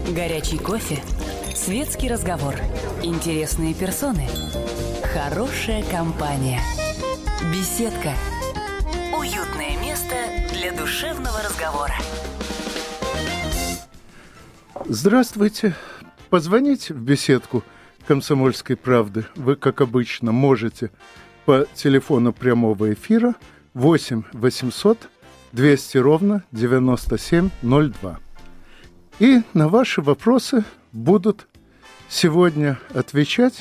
Горячий кофе, светский разговор, интересные персоны, хорошая компания, беседка, уютное место для душевного разговора. Здравствуйте. Позвоните в беседку «Комсомольской правды» вы, как обычно, можете по телефону прямого эфира 8 800 200 ровно 9702. И на ваши вопросы будут сегодня отвечать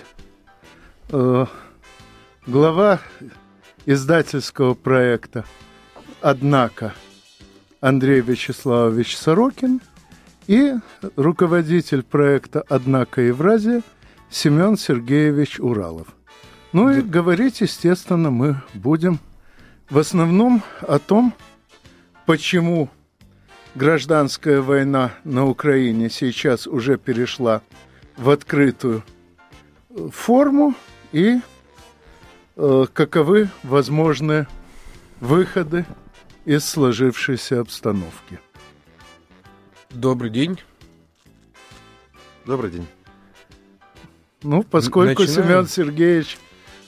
глава издательского проекта «Однако» Андрей Вячеславович Сорокин и руководитель проекта «Однако Евразия» Семен Сергеевич Уралов. Ну и говорить, естественно, мы будем в основном о том, почему гражданская война на Украине сейчас уже перешла в открытую форму и каковы возможные выходы из сложившейся обстановки. Добрый день. Добрый день. Ну, поскольку Семен Сергеевич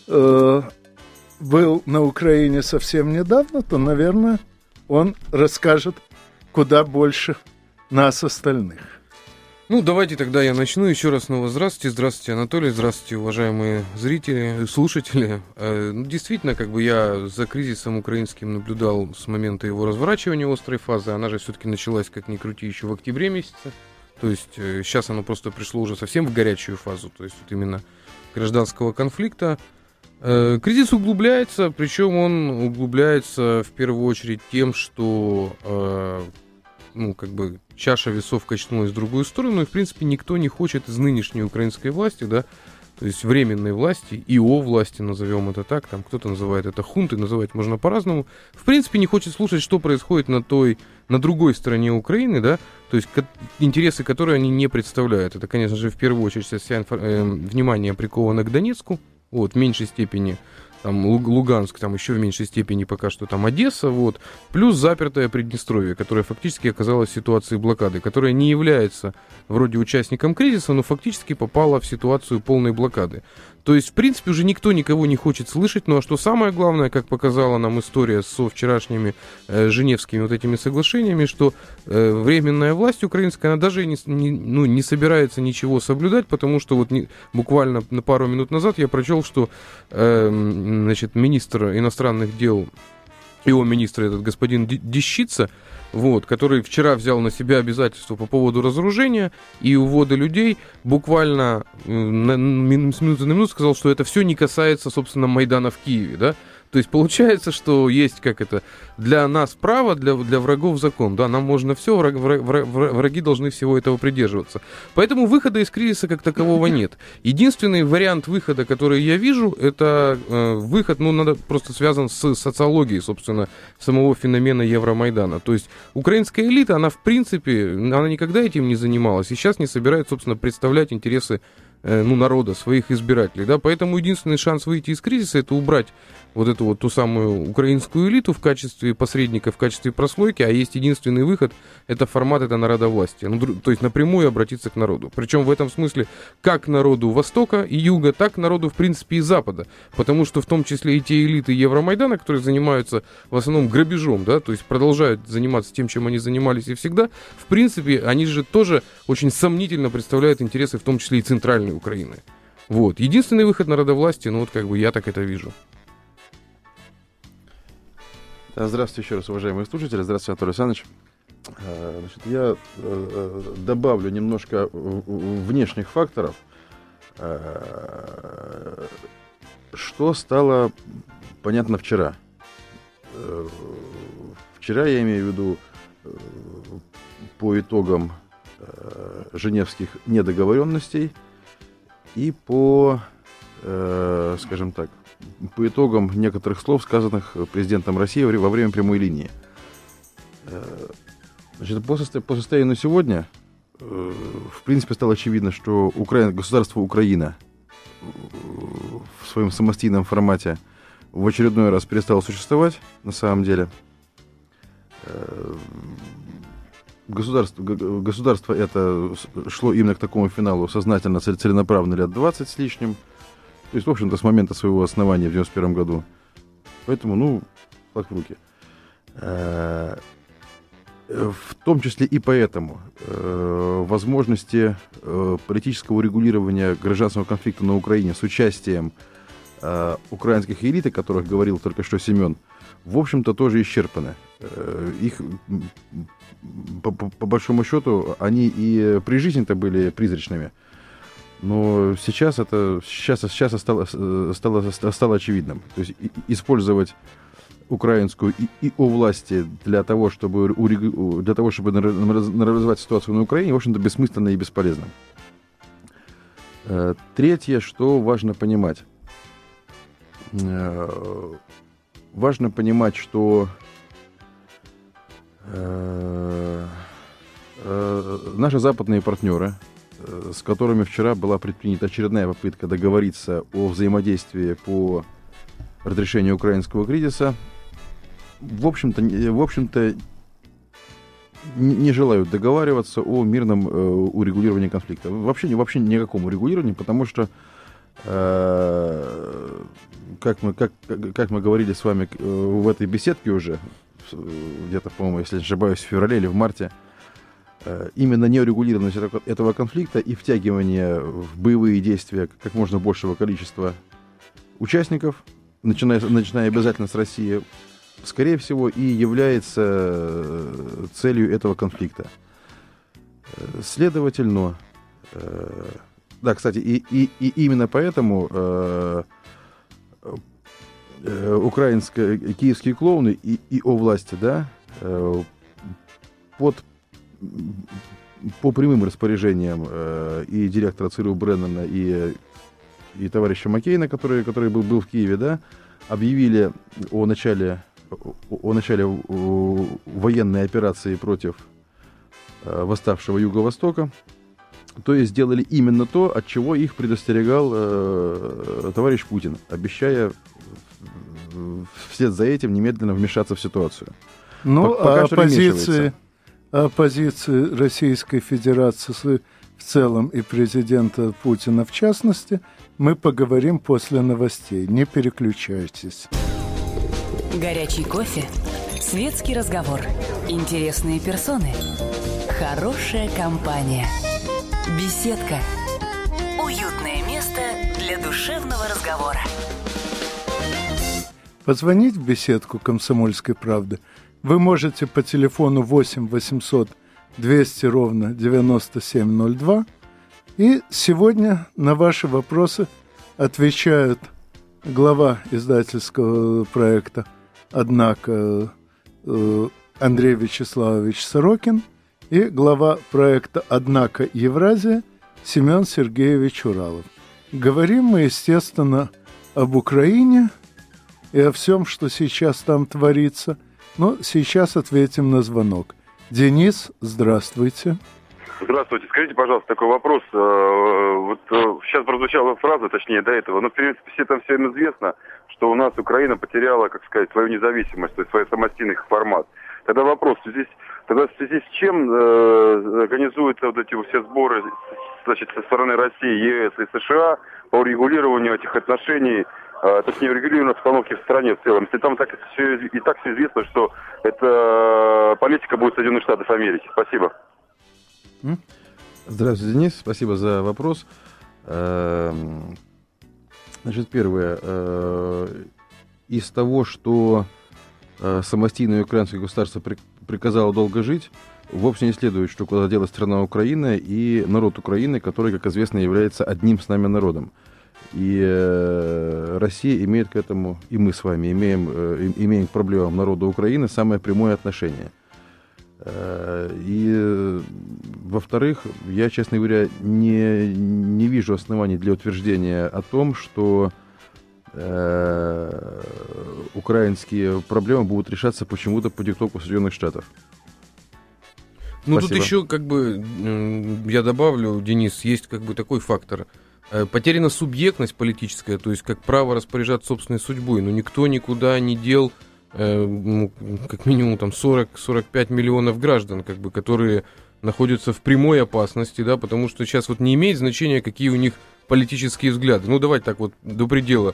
был на Украине совсем недавно, то, наверное, он расскажет куда больше нас остальных. Ну, давайте тогда я начну. Еще раз снова здравствуйте. Здравствуйте, Анатолий. Здравствуйте, уважаемые зрители, слушатели. Действительно, я за кризисом украинским наблюдал с момента его разворачивания острой фазы. Она же все-таки началась, как ни крути, еще в октябре месяце. То есть сейчас оно просто пришло уже совсем в горячую фазу, то есть вот именно гражданского конфликта. Кризис углубляется, причем он углубляется в первую очередь тем, что чаша весов качнулась в другую сторону, и в принципе никто не хочет из нынешней украинской власти, да, то есть временной власти, ИО власти, назовем это так, там кто-то называет это хунтой, называть можно по-разному, в принципе не хочет слушать, что происходит на другой стороне Украины, да, то есть интересы, которые они не представляют. Это, конечно же, в первую очередь вся внимание приковано к Донецку, вот, в меньшей степени там Луганск, там еще в меньшей степени пока что там Одесса, вот, плюс запертое Приднестровье, которое фактически оказалось в ситуации блокады, которая не является вроде участником кризиса, но фактически попала в ситуацию полной блокады. То есть, в принципе, уже никто никого не хочет слышать, ну а что самое главное, как показала нам история со вчерашними женевскими вот этими соглашениями, что временная власть украинская, она даже не собирается ничего соблюдать, потому что вот буквально на пару минут назад я прочел, что министр иностранных дел, его министр этот господин Дещица, вот, который вчера взял на себя обязательства по поводу разоружения и увода людей, буквально с минуты на минуту сказал, что это все не касается, собственно, Майдана в Киеве, да. То есть получается, что есть для нас право, для врагов закон, да, нам можно все, враги должны всего этого придерживаться. Поэтому выхода из кризиса как такового нет. Единственный вариант выхода, который я вижу, это выход, надо просто связан с социологией, собственно, самого феномена Евромайдана. То есть украинская элита, она в принципе, она никогда этим не занималась и сейчас не собирается, собственно, представлять интересы народа, своих избирателей, да, поэтому единственный шанс выйти из кризиса — это убрать вот эту вот ту самую украинскую элиту в качестве посредника, в качестве прослойки, а есть единственный выход — это формат, это народовластия, то есть напрямую обратиться к народу, причем в этом смысле как народу Востока и Юга, так народу, в принципе, и Запада, потому что в том числе и те элиты Евромайдана, которые занимаются в основном грабежом, да, то есть продолжают заниматься тем, чем они занимались и всегда, в принципе, они же тоже очень сомнительно представляют интересы, в том числе и центральной Украины. Вот. Единственный выход народовластия, я так это вижу. Здравствуйте еще раз, уважаемые слушатели. Здравствуйте, Анатолий Александрович. Я добавлю немножко внешних факторов, что стало понятно вчера. Вчера, я имею в виду, по итогам женевских недоговоренностей и по итогам некоторых слов, сказанных президентом России во время прямой линии. По состоянию на сегодня, в принципе, стало очевидно, что государство Украина в своем самостийном формате в очередной раз перестало существовать, на самом деле. государство это шло именно к такому финалу сознательно, целенаправленно лет 20 с лишним. То есть, в общем-то, с момента своего основания в 91 году. Поэтому, флаг в руки. В том числе и поэтому возможности политического урегулирования гражданского конфликта на Украине с участием украинских элит, о которых говорил только что Семен, в общем-то, тоже исчерпаны. Их, по большому счету, они и при жизни-то были призрачными, но сейчас стало очевидным. То есть использовать украинскую ИО власти для того, чтобы нормализовать ситуацию на Украине, в общем-то, бессмысленно и бесполезно. Третье, что важно понимать. Важно понимать, что наши западные партнеры, с которыми вчера была предпринята очередная попытка договориться о взаимодействии по разрешению украинского кризиса, в общем-то, не желают договариваться о мирном урегулировании конфликта. Вообще никаком урегулировании, потому что, как мы говорили с вами в этой беседке уже, где-то, по-моему, если не ошибаюсь, в феврале или в марте, именно неурегулированность этого конфликта и втягивание в боевые действия как можно большего количества участников, начиная обязательно с России, скорее всего, и является целью этого конфликта. Следовательно, да, кстати, и именно поэтому киевские клоуны и о власти, да, по прямым распоряжениям и директора ЦРУ Бреннана, и товарища Маккейна, который был в Киеве, да, объявили о начале военной операции против восставшего Юго-Востока, то есть сделали именно то, от чего их предостерегал товарищ Путин, обещая вслед за этим немедленно вмешаться в ситуацию. О позиции Российской Федерации в целом и президента Путина в частности мы поговорим после новостей. Не переключайтесь. Горячий кофе, светский разговор, интересные персоны, хорошая компания, беседка, уютное место для душевного разговора. Позвонить в беседку «Комсомольской правды» вы можете по телефону 8 800 200 ровно 9702. И сегодня на ваши вопросы отвечают глава издательского проекта «Однако» Андрей Вячеславович Сорокин и глава проекта «Однако Евразия» Семен Сергеевич Уралов. Говорим мы, естественно, об Украине и о всем, что сейчас там творится. Но сейчас ответим на звонок. Денис, здравствуйте. Здравствуйте. Скажите, пожалуйста, такой вопрос. Вот сейчас прозвучала фраза, точнее, до этого, но в принципе всем известно, что у нас Украина потеряла, как сказать, свою независимость, то есть свой самостийный формат. Тогда вопрос, в связи с чем организуются вот эти все сборы, значит, со стороны России, ЕС и США по урегулированию этих отношений, точнее, урегулированию обстановки в стране в целом. Если там так все известно, что это политика будет Соединенных Штатов Америки. Спасибо. Здравствуйте, Денис. Спасибо за вопрос. Значит, первое. Из того, что самостийное украинское государство приказало долго жить, вовсе не следует, что куда делась страна Украина и народ Украины, который, как известно, является одним с нами народом. И Россия имеет к этому, и мы с вами имеем к проблемам народа Украины самое прямое отношение. И, во-вторых, я, честно говоря, не вижу оснований для утверждения о том, что украинские проблемы будут решаться почему-то по диктовку Соединенных Штатов. Ну, Спасибо. Тут еще, я добавлю, Денис, есть такой фактор. Потеряна субъектность политическая, то есть как право распоряжаться собственной судьбой, но никто никуда не дел как минимум там 40-45 миллионов граждан, как бы, которые находятся в прямой опасности, да, потому что сейчас вот не имеет значения, какие у них политические взгляды. Ну, давайте так вот до предела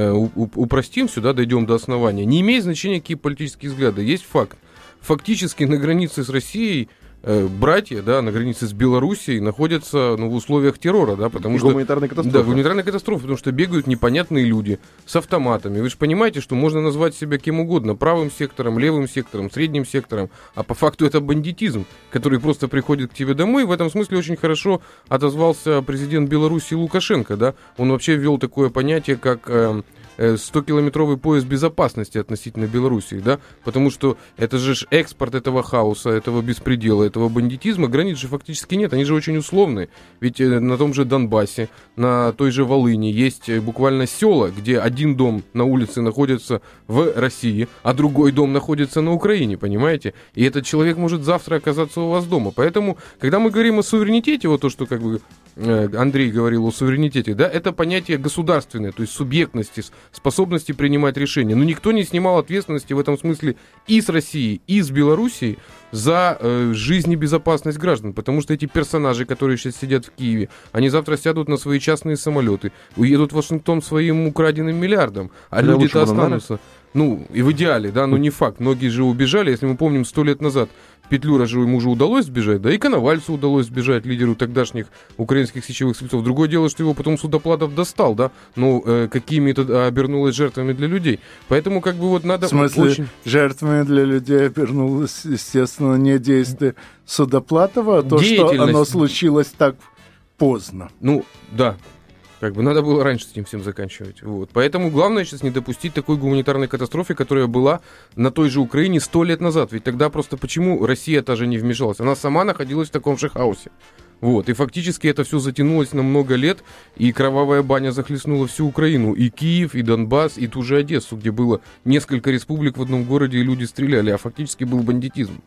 упростим сюда, дойдем до основания. Не имеет значения, какие политические взгляды. Есть факт. Фактически на границе с Россией братья, да, на границе с Белоруссией находятся, ну, в условиях террора, да, потому что... Гуманитарная катастрофа. Да, гуманитарная катастрофа, потому что бегают непонятные люди с автоматами. Вы же понимаете, что можно назвать себя кем угодно, правым сектором, левым сектором, средним сектором, а по факту это бандитизм, который просто приходит к тебе домой. В этом смысле очень хорошо отозвался президент Беларуси Лукашенко, да, он вообще ввел такое понятие, как 100-километровый пояс безопасности относительно Белоруссии, да, потому что это же экспорт этого хаоса, этого беспредела, этого бандитизма, границ же фактически нет, они же очень условные, ведь на том же Донбассе, на той же Волыни есть буквально села, где один дом на улице находится в России, а другой дом находится на Украине, понимаете, и этот человек может завтра оказаться у вас дома, поэтому, когда мы говорим о суверенитете, вот то, что как бы Андрей говорил о суверенитете, да, это понятие государственное, то есть субъектности, способности принимать решения. Но никто не снимал ответственности в этом смысле и с России, и с Белоруссией за жизнь и безопасность граждан. Потому что эти персонажи, которые сейчас сидят в Киеве, они завтра сядут на свои частные самолеты, уедут в Вашингтон своим украденным миллиардом, а люди-то останутся. Ну, и в идеале, да, но не факт. Многие же убежали, если мы помним, 100 лет назад Петлюра же ему уже удалось сбежать, да, и Коновальцу удалось сбежать, лидеру тогдашних украинских сечевых стрельцов. Другое дело, что его потом Судоплатов достал, да, но какими это обернулось жертвами для людей. Поэтому как бы вот надо... В смысле, очень... жертвами для людей обернулось, естественно, не действие Судоплатова, а то, что оно случилось так поздно. Ну, да. Как бы надо было раньше с этим всем заканчивать. Вот. Поэтому главное сейчас не допустить такой гуманитарной катастрофы, которая была на той же Украине 100 лет назад. Ведь тогда просто почему Россия тоже не вмешалась? Она сама находилась в таком же хаосе. Вот. И фактически это все затянулось на много лет, и кровавая баня захлестнула всю Украину. И Киев, и Донбасс, и ту же Одессу, где было несколько республик в одном городе, и люди стреляли, а фактически был бандитизм.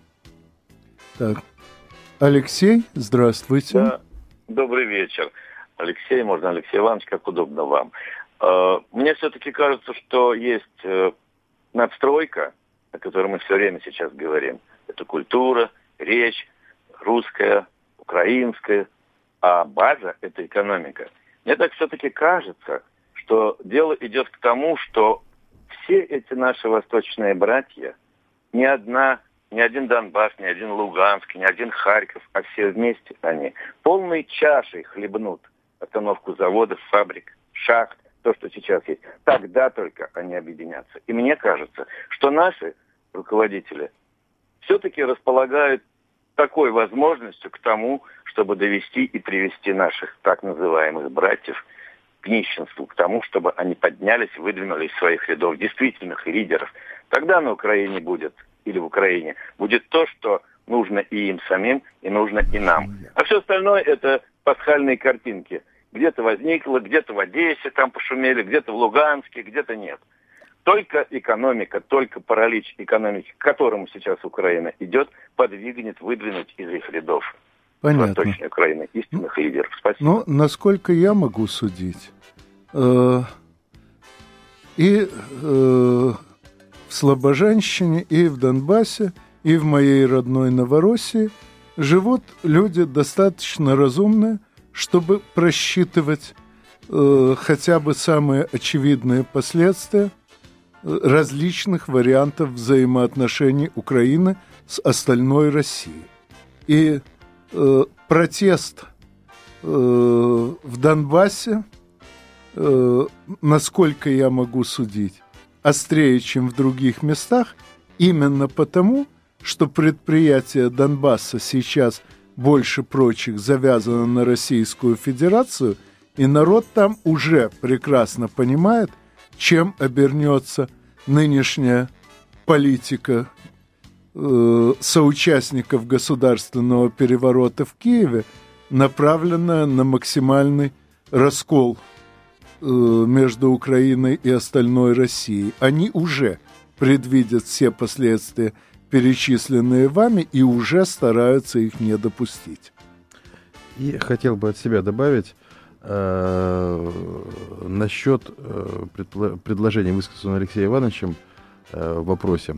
Так. Алексей, здравствуйте. Да. Добрый вечер. Алексей, можно Алексей Иванович, как удобно вам. Мне все-таки кажется, что есть надстройка, о которой мы все время сейчас говорим. Это культура, речь, русская, украинская, а база – это экономика. Мне так все-таки кажется, что дело идет к тому, что все эти наши восточные братья, ни один Донбасс, ни один Луганск, ни один Харьков, а все вместе они полной чашей хлебнут остановку заводов, фабрик, шахт, то, что сейчас есть. Тогда только они объединятся. И мне кажется, что наши руководители все-таки располагают такой возможностью к тому, чтобы довести и привести наших так называемых братьев к нищенству, к тому, чтобы они поднялись и выдвинули из своих рядов действительных лидеров. Тогда на Украине будет, или в Украине, будет то, что нужно и им самим, и нужно и нам. А все остальное – это пасхальные картинки. Где-то возникло, где-то в Одессе там пошумели, где-то в Луганске, где-то нет. Только экономика, только паралич экономики, к которому сейчас Украина идет, подвигнет выдвинуть из их рядов Восточной Украины истинных лидеров. Спасибо. Ну, насколько я могу судить, и в Слобожанщине, и в Донбассе, и в моей родной Новороссии живут люди достаточно разумные, чтобы просчитывать хотя бы самые очевидные последствия различных вариантов взаимоотношений Украины с остальной Россией. И протест в Донбассе, насколько я могу судить, острее, чем в других местах, именно потому, что предприятия Донбасса сейчас больше прочих завязано на Российскую Федерацию, и народ там уже прекрасно понимает, чем обернется нынешняя политика соучастников государственного переворота в Киеве, направленная на максимальный раскол между Украиной и остальной Россией. Они уже предвидят все последствия, перечисленные вами, и уже стараются их не допустить. И хотел бы от себя добавить насчет предложения, высказанного Алексеем Ивановичем, в вопросе,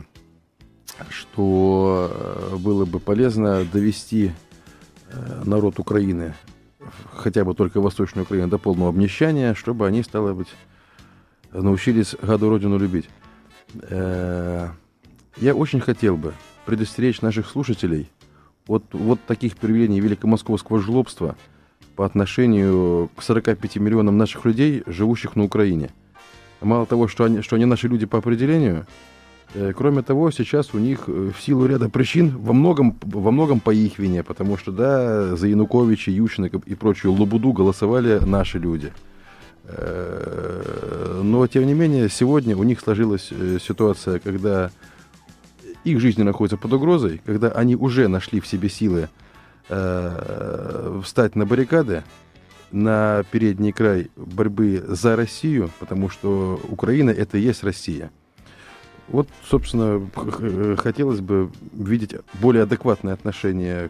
что было бы полезно довести народ Украины, хотя бы только Восточную Украину, до полного обнищания, чтобы они, стало быть, научились гаду родину любить. Я очень хотел бы предостеречь наших слушателей от вот таких проявлений великомосковского жлобства по отношению к 45 миллионам наших людей, живущих на Украине. Мало того, что они наши люди по определению, кроме того, сейчас у них в силу ряда причин, во многом по их вине, потому что, да, за Януковича, Ющенко и прочую лабуду голосовали наши люди. Но, тем не менее, сегодня у них сложилась ситуация, когда их жизнь находится под угрозой, когда они уже нашли в себе силы встать на баррикады, на передний край борьбы за Россию, потому что Украина — это и есть Россия. Вот, собственно, хотелось бы видеть более адекватное отношение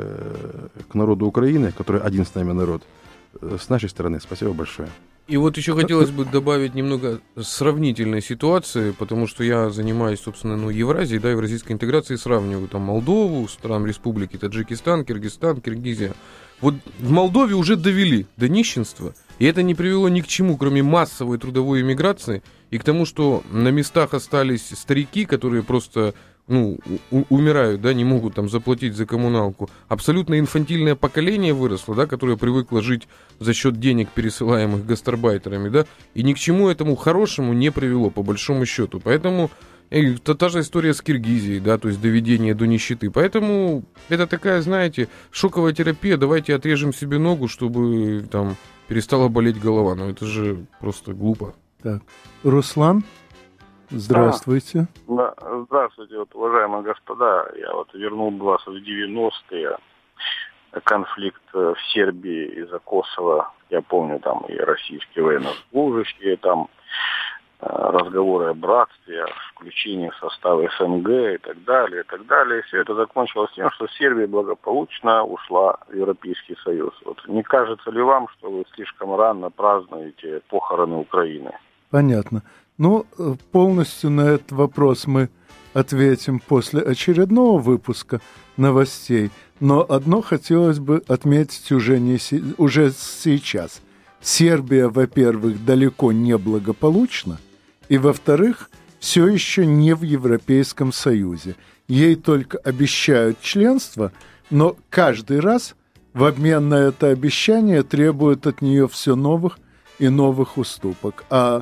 к народу Украины, который один с нами народ, с нашей стороны. Спасибо большое. И вот еще хотелось бы добавить немного сравнительной ситуации, потому что я занимаюсь, собственно, Евразией, да, евразийской интеграцией, сравниваю там Молдову, стран республики, Таджикистан, Киргизстан, Киргизия. Вот в Молдове уже довели до нищенства, и это не привело ни к чему, кроме массовой трудовой эмиграции, и к тому, что на местах остались старики, которые просто умирают, да, не могут там заплатить за коммуналку. Абсолютно инфантильное поколение выросло, да, которое привыкло жить за счет денег, пересылаемых гастарбайтерами, да, и ни к чему этому хорошему не привело, по большому счету. Поэтому та же история с Киргизией, да, то есть доведение до нищеты. Поэтому это такая, знаете, шоковая терапия. Давайте отрежем себе ногу, чтобы там перестала болеть голова. Но это же просто глупо. Так, Руслан, здравствуйте. Да, здравствуйте, вот, уважаемые господа. Я вот вернул вас в 90-е. Конфликт в Сербии из-за Косово. Я помню, там и российские военнослужащие, там разговоры о братстве, о включении в состав СНГ и так далее, и так далее. Все это закончилось тем, что Сербия благополучно ушла в Европейский Союз. Вот не кажется ли вам, что вы слишком рано празднуете похороны Украины? Понятно. Ну, полностью на этот вопрос мы ответим после очередного выпуска новостей. Но одно хотелось бы отметить уже сейчас. Сербия, во-первых, далеко не благополучна, и, во-вторых, все еще не в Европейском Союзе. Ей только обещают членство, но каждый раз в обмен на это обещание требуют от нее все новых и новых уступок. А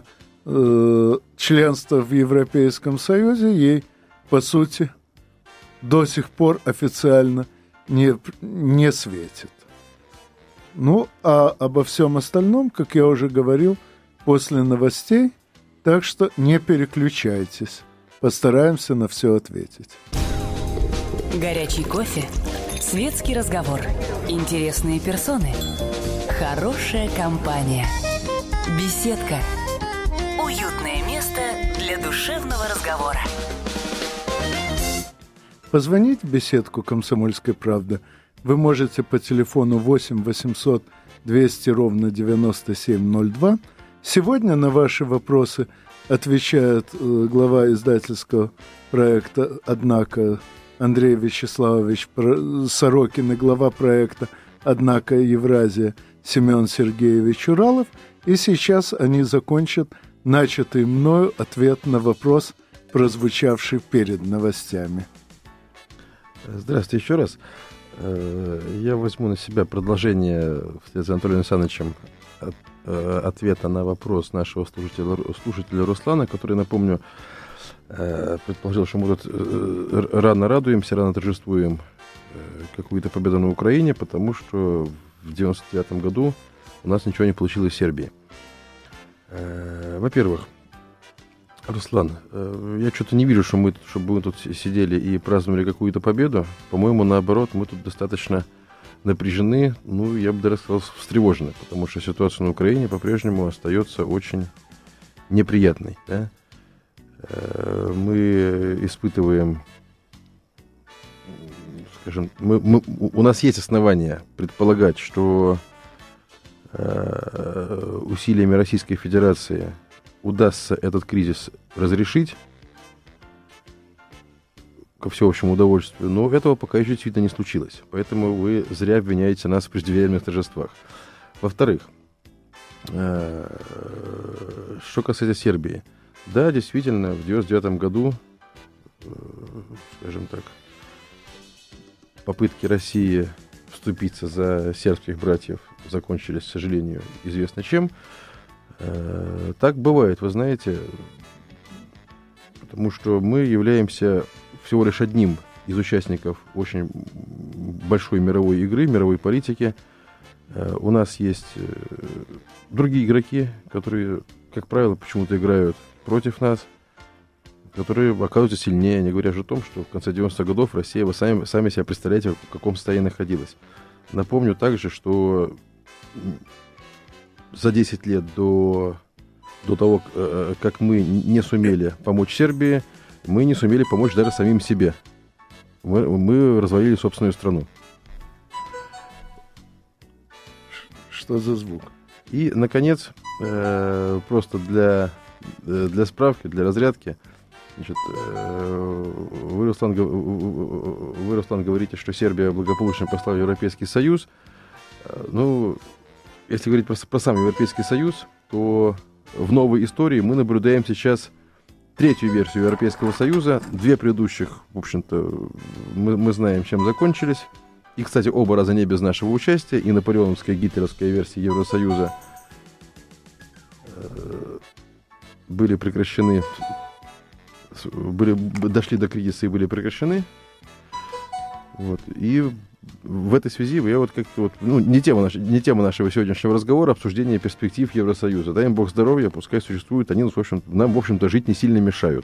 членство в Европейском Союзе ей, по сути, до сих пор официально не светит. Ну, а обо всем остальном, как я уже говорил, после новостей, так что не переключайтесь. Постараемся на все ответить. Горячий кофе, светский разговор, интересные персоны, хорошая компания, беседка, уютное место для душевного разговора. Позвонить в беседку «Комсомольской правды» вы можете по телефону 8 800 200 ровно 9702. Сегодня на ваши вопросы отвечает глава издательского проекта «Однако» Андрей Вячеславович Сорокин и глава проекта «Однако Евразия» Семен Сергеевич Уралов. И сейчас они закончат начатый мною ответ на вопрос, прозвучавший перед новостями. Здравствуйте еще раз. Я возьму на себя продолжение вслед за Анатолием Александровичем ответа на вопрос нашего слушателя Руслана, который, напомню, предположил, что мы тут рано радуемся, рано торжествуем какую-то победу на Украине, потому что в 1999 году у нас ничего не получилось в Сербии. Во-первых, Руслан, я что-то не вижу, чтобы мы тут сидели и праздновали какую-то победу. По-моему, наоборот, мы тут достаточно напряжены, я бы даже сказал, встревожены, потому что ситуация на Украине по-прежнему остается очень неприятной. Да? Мы испытываем, скажем, у нас есть основания предполагать, что усилиями Российской Федерации удастся этот кризис разрешить, ко всеобщему удовольствию, но этого пока еще, видно, не случилось. Поэтому вы зря обвиняете нас в преждевременных торжествах. Во-вторых, что касается Сербии. Да, действительно, в 1999 году, скажем так, попытки России вступиться за сербских братьев закончились, к сожалению, известно чем. Так бывает, вы знаете, потому что мы являемся всего лишь одним из участников очень большой мировой игры, мировой политики. У нас есть другие игроки, которые, как правило, почему-то играют против нас, которые оказываются сильнее, не говоря же о том, что в конце 90-х годов Россия, вы сами себя представляете, в каком состоянии находилась. Напомню также, что за 10 лет до того, как мы не сумели помочь Сербии, мы не сумели помочь даже самим себе. Мы развалили собственную страну. Что за звук? И, наконец, просто для справки, для разрядки, значит, вы, Руслан, говорите, что Сербия благополучно пошла в Европейский Союз. Ну, если говорить про сам Европейский Союз, то в новой истории мы наблюдаем сейчас третью версию Европейского Союза. Две предыдущих, в общем-то, мы знаем, чем закончились. И, кстати, оба раза не без нашего участия. И наполеоновская, гитлеровская версия Евросоюза были прекращены, дошли до кризиса и были прекращены. Вот. И в этой связи я вот как-то вот, ну, не тема нашего сегодняшнего разговора, обсуждение перспектив Евросоюза. Дай им Бог здоровья, пускай существуют, они нам, в общем-то, жить не сильно мешают.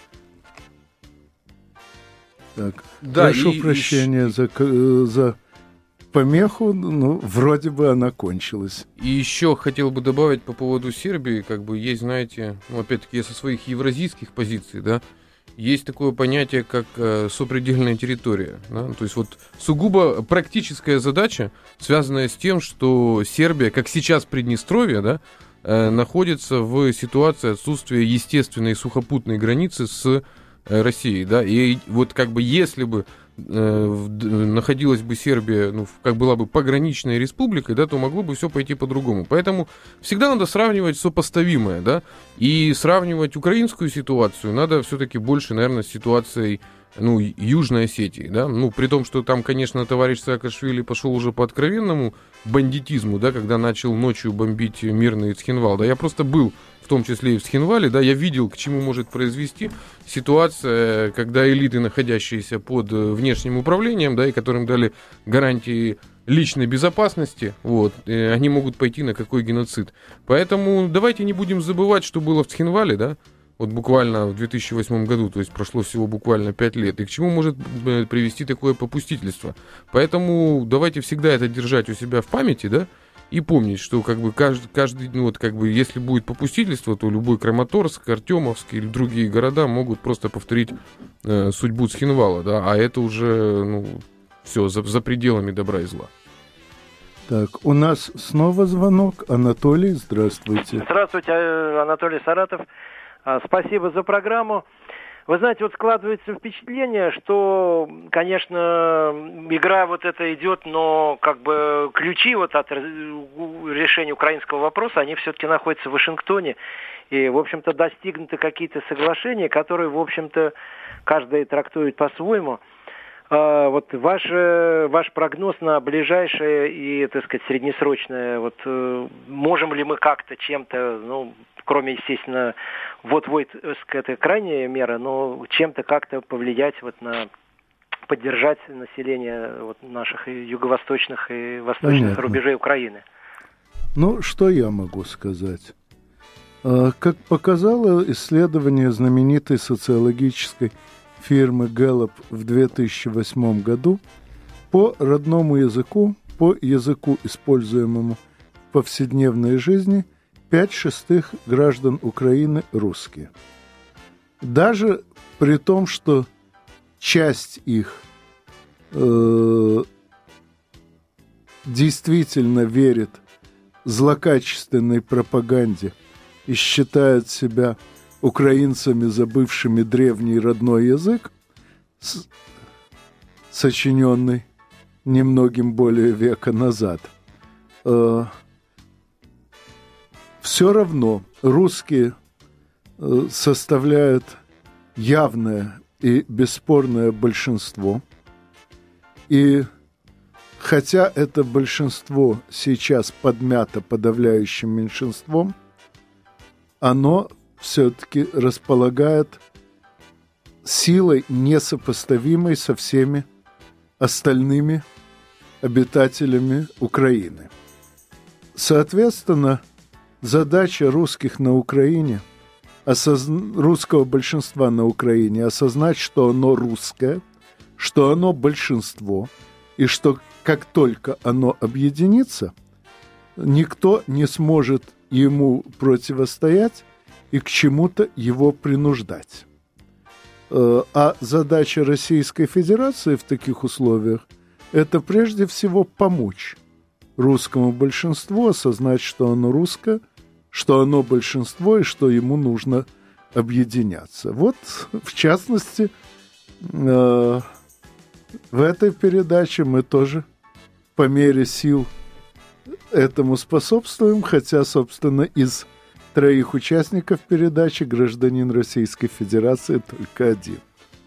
Так, да, прошу прощения за помеху, ну, вроде бы она кончилась. И еще хотел бы добавить по поводу Сербии, как бы есть, знаете, ну, опять-таки, я со своих евразийских позиций, да, есть такое понятие, как сопредельная территория, да? То есть вот сугубо практическая задача, связанная с тем, что Сербия, как сейчас Приднестровье, да, находится в ситуации отсутствия естественной сухопутной границы с Россией, да, и вот как бы если бы находилась бы Сербия, ну, как была бы пограничной республикой, да, то могло бы все пойти по-другому. Поэтому всегда надо сравнивать сопоставимое, да, и сравнивать украинскую ситуацию надо все-таки больше, наверное, с ситуацией, ну, Южной Осетии, да, ну, при том, что там, конечно, товарищ Саакашвили пошел уже по откровенному бандитизму, да, когда начал ночью бомбить мирный Цхинвал, да, я просто был в том числе и в Цхинвале, да, я видел, к чему может произвести ситуация, когда элиты, находящиеся под внешним управлением, да, и которым дали гарантии личной безопасности, вот, они могут пойти на какой геноцид. Поэтому давайте не будем забывать, что было в Цхинвале, да, вот буквально в 2008 году, то есть прошло всего буквально 5 лет, и к чему может привести такое попустительство. Поэтому давайте всегда это держать у себя в памяти, да, и помнить, что как бы каждый, ну, вот как бы если будет попустительство, то любой Краматорск, Артемовск или другие города могут просто повторить судьбу Цхинвала, да, а это уже, ну, все за пределами добра и зла. Так, у нас снова звонок. Анатолий, здравствуйте. Здравствуйте, Анатолий, Саратов. Спасибо за программу. Вы знаете, вот складывается впечатление, что, конечно, игра вот эта идет, но как бы ключи вот от решения украинского вопроса, они все-таки находятся в Вашингтоне. И, в общем-то, достигнуты какие-то соглашения, которые, в общем-то, каждый трактует по-своему. Вот ваш прогноз на ближайшее и, так сказать, среднесрочное, вот можем ли мы как-то чем-то, ну, кроме, естественно, это крайняя мера, но чем-то как-то повлиять вот на поддержать население вот наших и юго-восточных и восточных рубежей Украины. Ну, что я могу сказать? Как показало исследование знаменитой социологической фирмы Gallup в 2008 году, по родному языку, по языку, используемому в повседневной жизни, 5/6 граждан Украины русские. Даже при том, что часть их действительно верит злокачественной пропаганде и считают себя украинцами, забывшими древний родной язык, сочиненный немногим более века назад. Все равно русские составляют явное и бесспорное большинство. И хотя это большинство сейчас подмято подавляющим меньшинством, оно все-таки располагает силой, несопоставимой со всеми остальными обитателями Украины. Соответственно, задача русских на Украине, русского большинства на Украине, осознать, что оно русское, что оно большинство, и что как только оно объединится, никто не сможет ему противостоять и к чему-то его принуждать. А задача Российской Федерации в таких условиях – это прежде всего помочь русскому большинству осознать, что оно русское, что оно большинство и что ему нужно объединяться. Вот, в частности, в этой передаче мы тоже по мере сил этому способствуем, хотя, собственно, из 3 участников передачи гражданин Российской Федерации только один.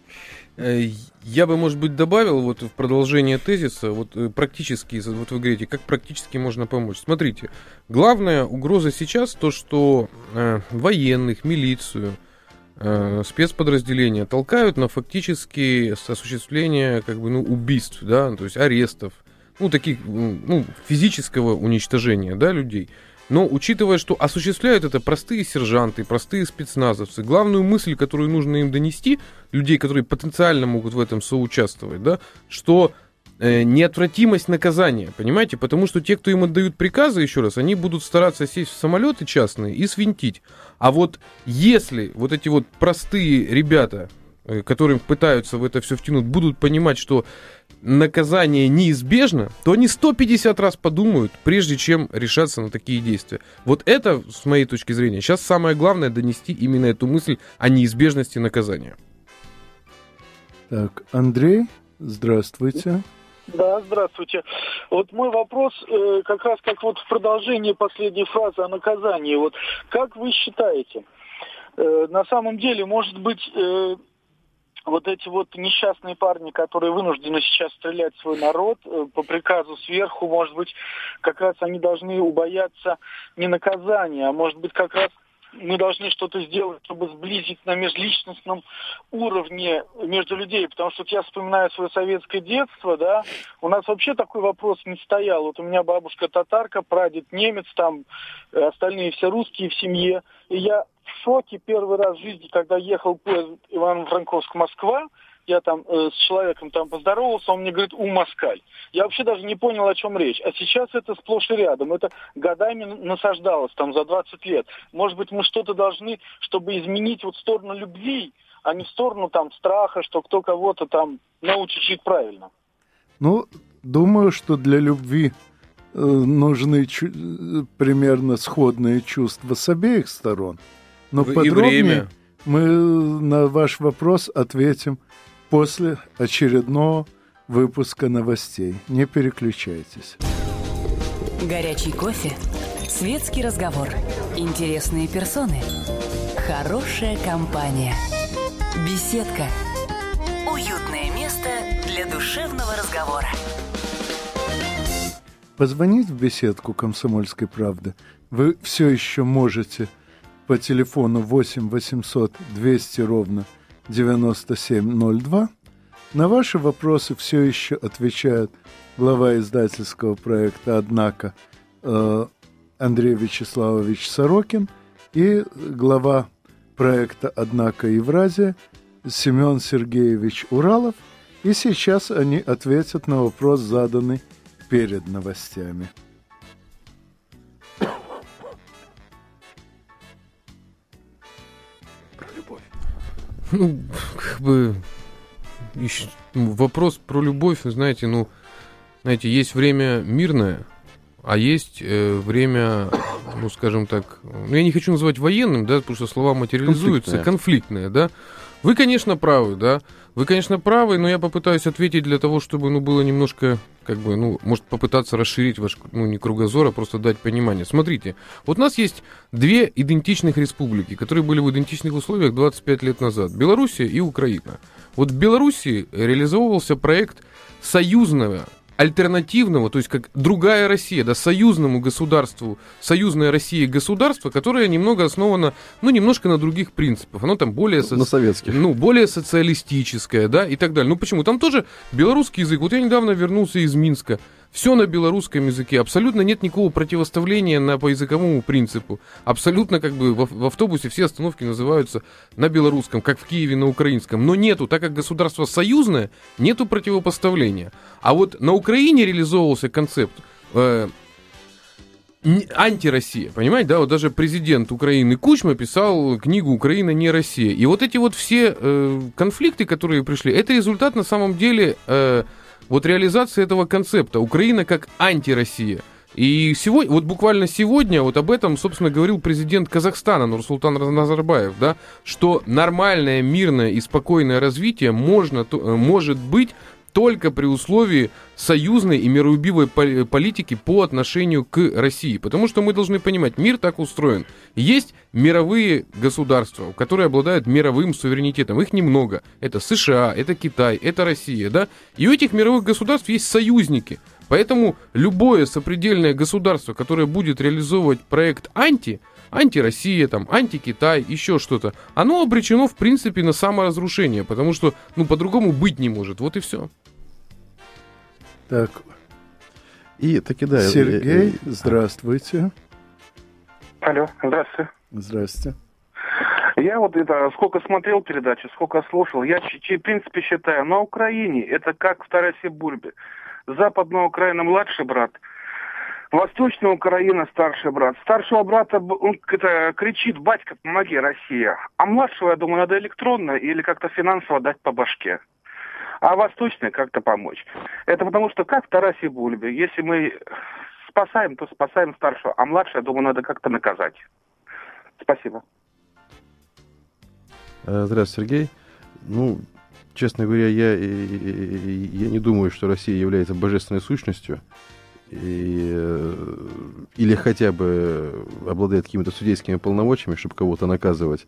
Я бы, может быть, добавил вот в продолжение тезиса, вот практически, вот вы говорите, как практически можно помочь. Смотрите, главная угроза сейчас то, что военных, милицию, спецподразделения толкают на фактически осуществление убийств, да, то есть арестов, таких, физического уничтожения, да, людей. Но учитывая, что осуществляют это простые сержанты, простые спецназовцы, главную мысль, которую нужно им донести, людей, которые потенциально могут в этом соучаствовать, да, что неотвратимость наказания, понимаете? Потому что те, кто им отдают приказы, еще раз, они будут стараться сесть в самолеты частные и свинтить. А вот если вот эти вот простые ребята, которым пытаются в это все втянуть, будут понимать, что наказание неизбежно, то они 150 раз подумают, прежде чем решаться на такие действия. Вот это, с моей точки зрения, сейчас самое главное донести именно эту мысль о неизбежности наказания. Так, Андрей, здравствуйте. Да, здравствуйте. Вот мой вопрос как раз как вот в продолжении последней фразы о наказании. Вот как вы считаете, на самом деле, может быть, вот эти вот несчастные парни, которые вынуждены сейчас стрелять в свой народ по приказу сверху, может быть, как раз они должны убояться не наказания, а может быть, как раз мы должны что-то сделать, чтобы сблизить на межличностном уровне между людей. Потому что вот я вспоминаю свое советское детство, да, у нас вообще такой вопрос не стоял. Вот у меня бабушка татарка, прадед немец, там остальные все русские в семье. И я в шоке первый раз в жизни, когда ехал поезд Ивано-Франковск-Москва, я там с человеком там поздоровался, он мне говорит: москаль. Я вообще даже не понял, о чем речь. А сейчас это сплошь и рядом. Это годами насаждалось там за 20 лет. Может быть, мы что-то должны, чтобы изменить вот в сторону любви, а не в сторону там страха, что кто кого-то там научит жить правильно. Ну, думаю, что для любви нужны примерно сходные чувства с обеих сторон. Но подробнее мы на ваш вопрос ответим после очередного выпуска новостей. Не переключайтесь. Горячий кофе, светский разговор, интересные персоны, хорошая компания, беседка, уютное место для душевного разговора. Позвонить в беседку «Комсомольской правды» вы все еще можете по телефону 8 800 200 ровно 9702. На ваши вопросы все еще отвечает глава издательского проекта «Однако» Андрей Вячеславович Сорокин и глава проекта «Однако Евразия» Семен Сергеевич Уралов. И сейчас они ответят на вопрос, заданный перед новостями. Вопрос про любовь, знаете, есть время мирное, а есть время, скажем так, я не хочу называть военным, да, потому что слова материализуются, конфликтное, да. Вы, конечно, правы, да. Вы, конечно, правы, но я попытаюсь ответить для того, чтобы, было немножко, может, попытаться расширить ваш, не кругозор, а просто дать понимание. Смотрите, вот у нас есть две идентичных республики, которые были в идентичных условиях 25 лет назад. Белоруссия и Украина. Вот в Белоруссии реализовывался проект союзного, альтернативного, то есть как другая Россия, да, союзному государству, союзная Россия государство, которое немного основано, немножко на других принципах. Оно там более... На советских. Более социалистическое, да, и так далее. Почему? Там тоже белорусский язык. Вот я недавно вернулся из Минска. Все на белорусском языке. Абсолютно нет никакого противоставления по языковому принципу. Абсолютно в автобусе все остановки называются на белорусском, как в Киеве на украинском. Но нету, так как государство союзное, нету противопоставления. А вот на Украине реализовывался концепт антироссия, понимаете, да, вот даже президент Украины Кучма писал книгу «Украина не Россия». И вот эти вот все конфликты, которые пришли, это результат на самом деле... реализация этого концепта. Украина как антироссия. И сегодня, буквально сегодня, об этом, собственно, говорил президент Казахстана Нурсултан Назарбаев, да, что нормальное, мирное и спокойное развитие может быть только при условии союзной и миролюбивой политики по отношению к России. Потому что мы должны понимать, мир так устроен. Есть мировые государства, которые обладают мировым суверенитетом. Их немного. Это США, это Китай, это Россия, да? И у этих мировых государств есть союзники. Поэтому любое сопредельное государство, которое будет реализовывать проект антироссия, антикитай, еще что-то, оно обречено, в принципе, на саморазрушение, потому что, по-другому быть не может. Вот и все. Так. И таки да. Сергей, здравствуйте. Алло, здравствуйте. Здравствуйте. Я сколько смотрел передачи, сколько слушал, я, в принципе, считаю, на Украине это как в Тарасе Бульбе. Западная Украина младший брат, Восточная Украина старший брат. Старшего брата кричит: батька, помоги, Россия. А младшего, я думаю, надо электронно или как-то финансово дать по башке. А Восточной как-то помочь. Это потому что как в Тарасе Бульбе. Если мы спасаем, то спасаем старшего. А младшего, я думаю, надо как-то наказать. Спасибо. Здравствуйте, Сергей. Честно говоря, я не думаю, что Россия является божественной сущностью. Или хотя бы обладает какими-то судейскими полномочиями, чтобы кого-то наказывать.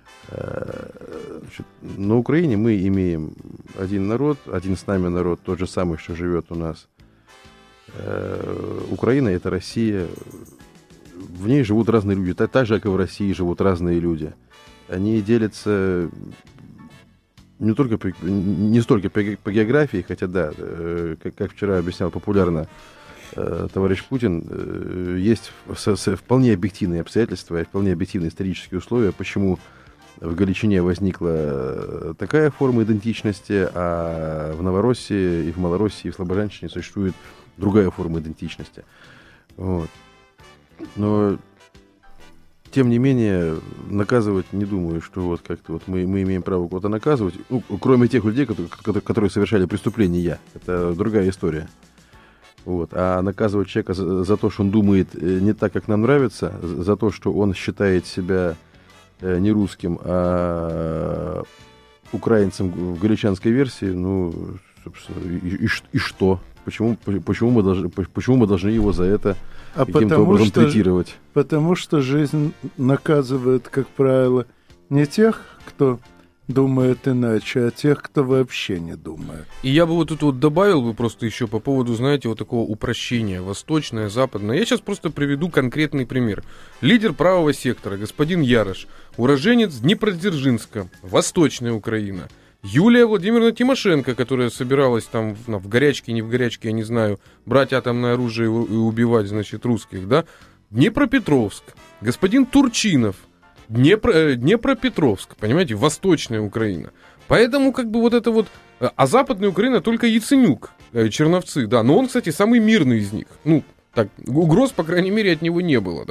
На Украине мы имеем один народ, один с нами народ, тот же самый, что живет у нас. Украина — это Россия. В ней живут разные люди. Так же, как и в России, живут разные люди. Они делятся не столько по географии, хотя да, как вчера объяснял популярно товарищ Путин, есть вполне объективные обстоятельства и вполне объективные исторические условия, почему в Галичине возникла такая форма идентичности, а в Новороссии, и в Малороссии, и в Слобожанщине существует другая форма идентичности. Вот. Но, тем не менее, наказывать не думаю, что как-то мы имеем право кого-то наказывать, кроме тех людей, которые совершали преступления. Это другая история. Вот. А наказывать человека за то, что он думает не так, как нам нравится, за то, что он считает себя не русским, а украинцем в галичанской версии, собственно, и что? Почему мы должны его за это каким-то образом третировать? Потому что жизнь наказывает, как правило, не тех, кто думает иначе, а тех, кто вообще не думает. И я бы тут добавил бы просто еще по поводу, знаете, такого упрощения, восточное, западное. Я сейчас просто приведу конкретный пример. Лидер правого сектора, господин Ярош, уроженец Днепродзержинска, Восточная Украина. Юлия Владимировна Тимошенко, которая собиралась там в горячке, не в горячке, я не знаю, брать атомное оружие и убивать, русских, да? Днепропетровск. Господин Турчинов, Днепропетровск, понимаете, Восточная Украина. Поэтому а Западная Украина только Яценюк, Черновцы, да, но он, кстати, самый мирный из них. Угроз, по крайней мере, от него не было, да.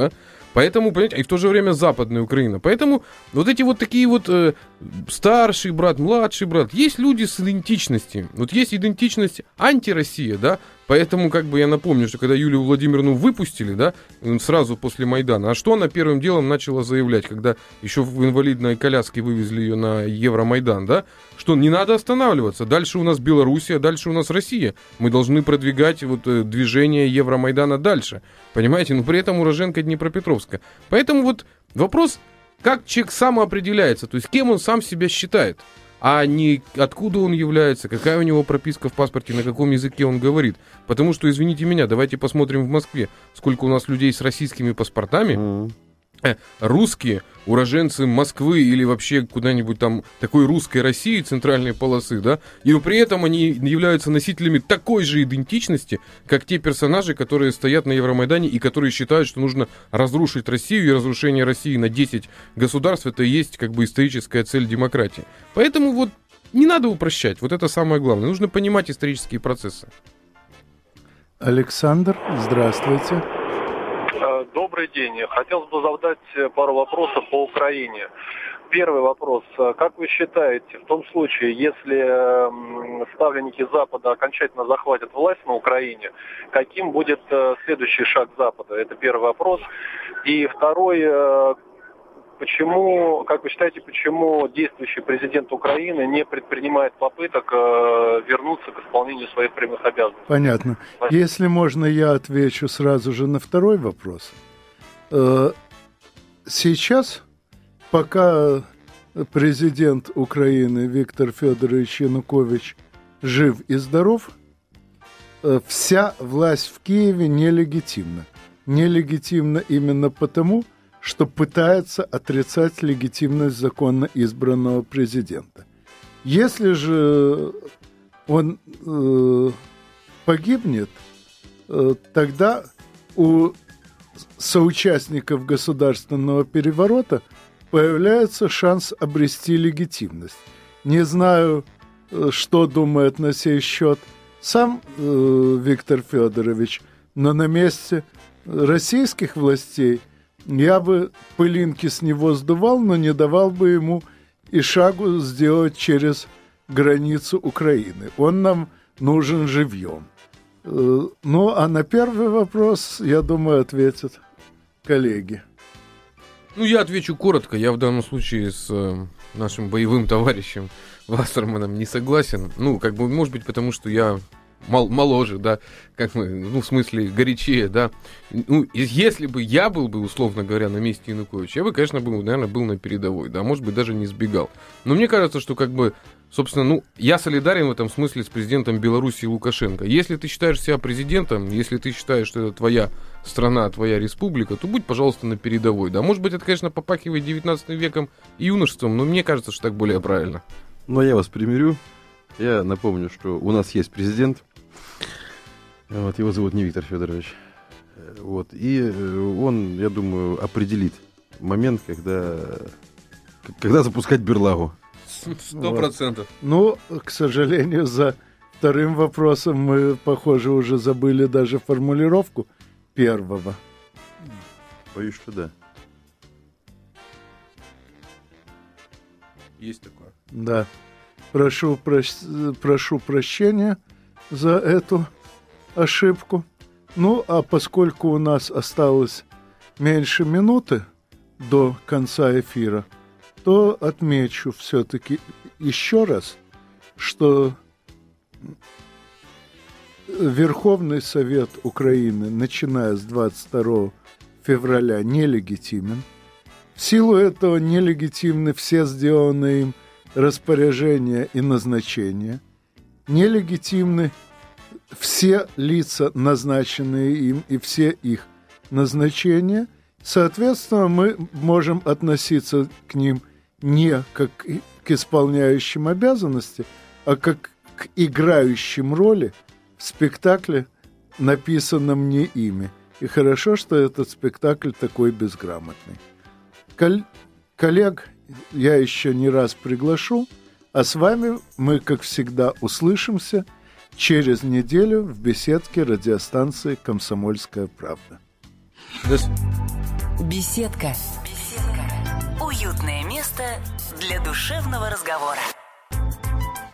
Поэтому, понимаете, и в то же время Западная Украина. Поэтому вот эти вот такие вот старший брат, младший брат, есть люди с идентичностью. Вот есть идентичность антироссия, да, поэтому как бы я напомню, что когда Юлию Владимировну выпустили, да, сразу после Майдана, а что она первым делом начала заявлять, когда еще в инвалидной коляске вывезли ее на Евромайдан, да, что не надо останавливаться, дальше у нас Белоруссия, дальше у нас Россия, мы должны продвигать вот движение Евромайдана дальше, понимаете, но при этом уроженка Днепропетровска. Поэтому вот вопрос, как человек самоопределяется, то есть кем он сам себя считает, а не откуда он является, какая у него прописка в паспорте, на каком языке он говорит. Потому что, извините меня, давайте посмотрим в Москве, сколько у нас людей с российскими паспортами, русские, уроженцы Москвы или вообще куда-нибудь там такой русской России, центральной полосы, да, и при этом они являются носителями такой же идентичности, как те персонажи, которые стоят на Евромайдане и которые считают, что нужно разрушить Россию, и разрушение России на 10 государств, это и есть как бы историческая цель демократии. Поэтому вот не надо упрощать, вот это самое главное, нужно понимать исторические процессы. Александр, здравствуйте. Добрый день. Хотелось бы задать пару вопросов по Украине. Первый вопрос. Как вы считаете, в том случае, если ставленники Запада окончательно захватят власть на Украине, каким будет следующий шаг Запада? Это первый вопрос. И второй, почему, как вы считаете, почему действующий президент Украины не предпринимает попыток вернуться к исполнению своих прямых обязанностей? Понятно. Если можно, я отвечу сразу же на второй вопрос. Сейчас, пока президент Украины Виктор Федорович Янукович жив и здоров, вся власть в Киеве нелегитимна. Нелегитимна именно потому, что пытается отрицать легитимность законно избранного президента. Если же он погибнет, тогда у соучастников государственного переворота появляется шанс обрести легитимность. Не знаю, что думает на сей счет сам Виктор Федорович, но на месте российских властей я бы пылинки с него сдувал, но не давал бы ему и шагу сделать через границу Украины. Он нам нужен живьем. Ну, а на первый вопрос, я думаю, ответят коллеги. Ну, я отвечу коротко. Я в данном случае с нашим боевым товарищем Вассерманом не согласен. Ну, как бы, может быть, потому что я моложе, да, как мы, ну, в смысле, горячее, да. Ну, если бы я был бы, условно говоря, на месте Януковича, я бы, конечно, наверное, был на передовой, да, может быть, даже не сбегал. Но мне кажется, что, как бы, собственно, ну, я солидарен в этом смысле с президентом Беларуси Лукашенко. Если ты считаешь себя президентом, если ты считаешь, что это твоя страна, твоя республика, то будь, пожалуйста, на передовой, да. Может быть, это, конечно, попахивает 19 веком и юношеством, но мне кажется, что так более правильно. Но я вас примирю. Я напомню, что у нас есть президент. Вот, его зовут не Виктор Федорович. Вот, и он, я думаю, определит момент, когда запускать берлагу. 100%. Вот. Ну, к сожалению, за вторым вопросом мы, похоже, уже забыли даже формулировку первого. Боюсь, что да. Есть такое. Да. Прошу прощения за эту ошибку. Ну, а поскольку у нас осталось меньше минуты до конца эфира, то отмечу все-таки еще раз, что Верховный Совет Украины, начиная с 22 февраля, нелегитимен. В силу этого нелегитимны все сделанные им распоряжения и назначения. Нелегитимны все лица, назначенные им, и все их назначения. Соответственно, мы можем относиться к ним не как к исполняющим обязанности, а как к играющим роли в спектакле, написанном не ими. И хорошо, что этот спектакль такой безграмотный. Коллег я еще не раз приглашу, а с вами мы, как всегда, услышимся через неделю в беседке радиостанции «Комсомольская правда». До свидания. Беседка. Беседка. Уютное место для душевного разговора.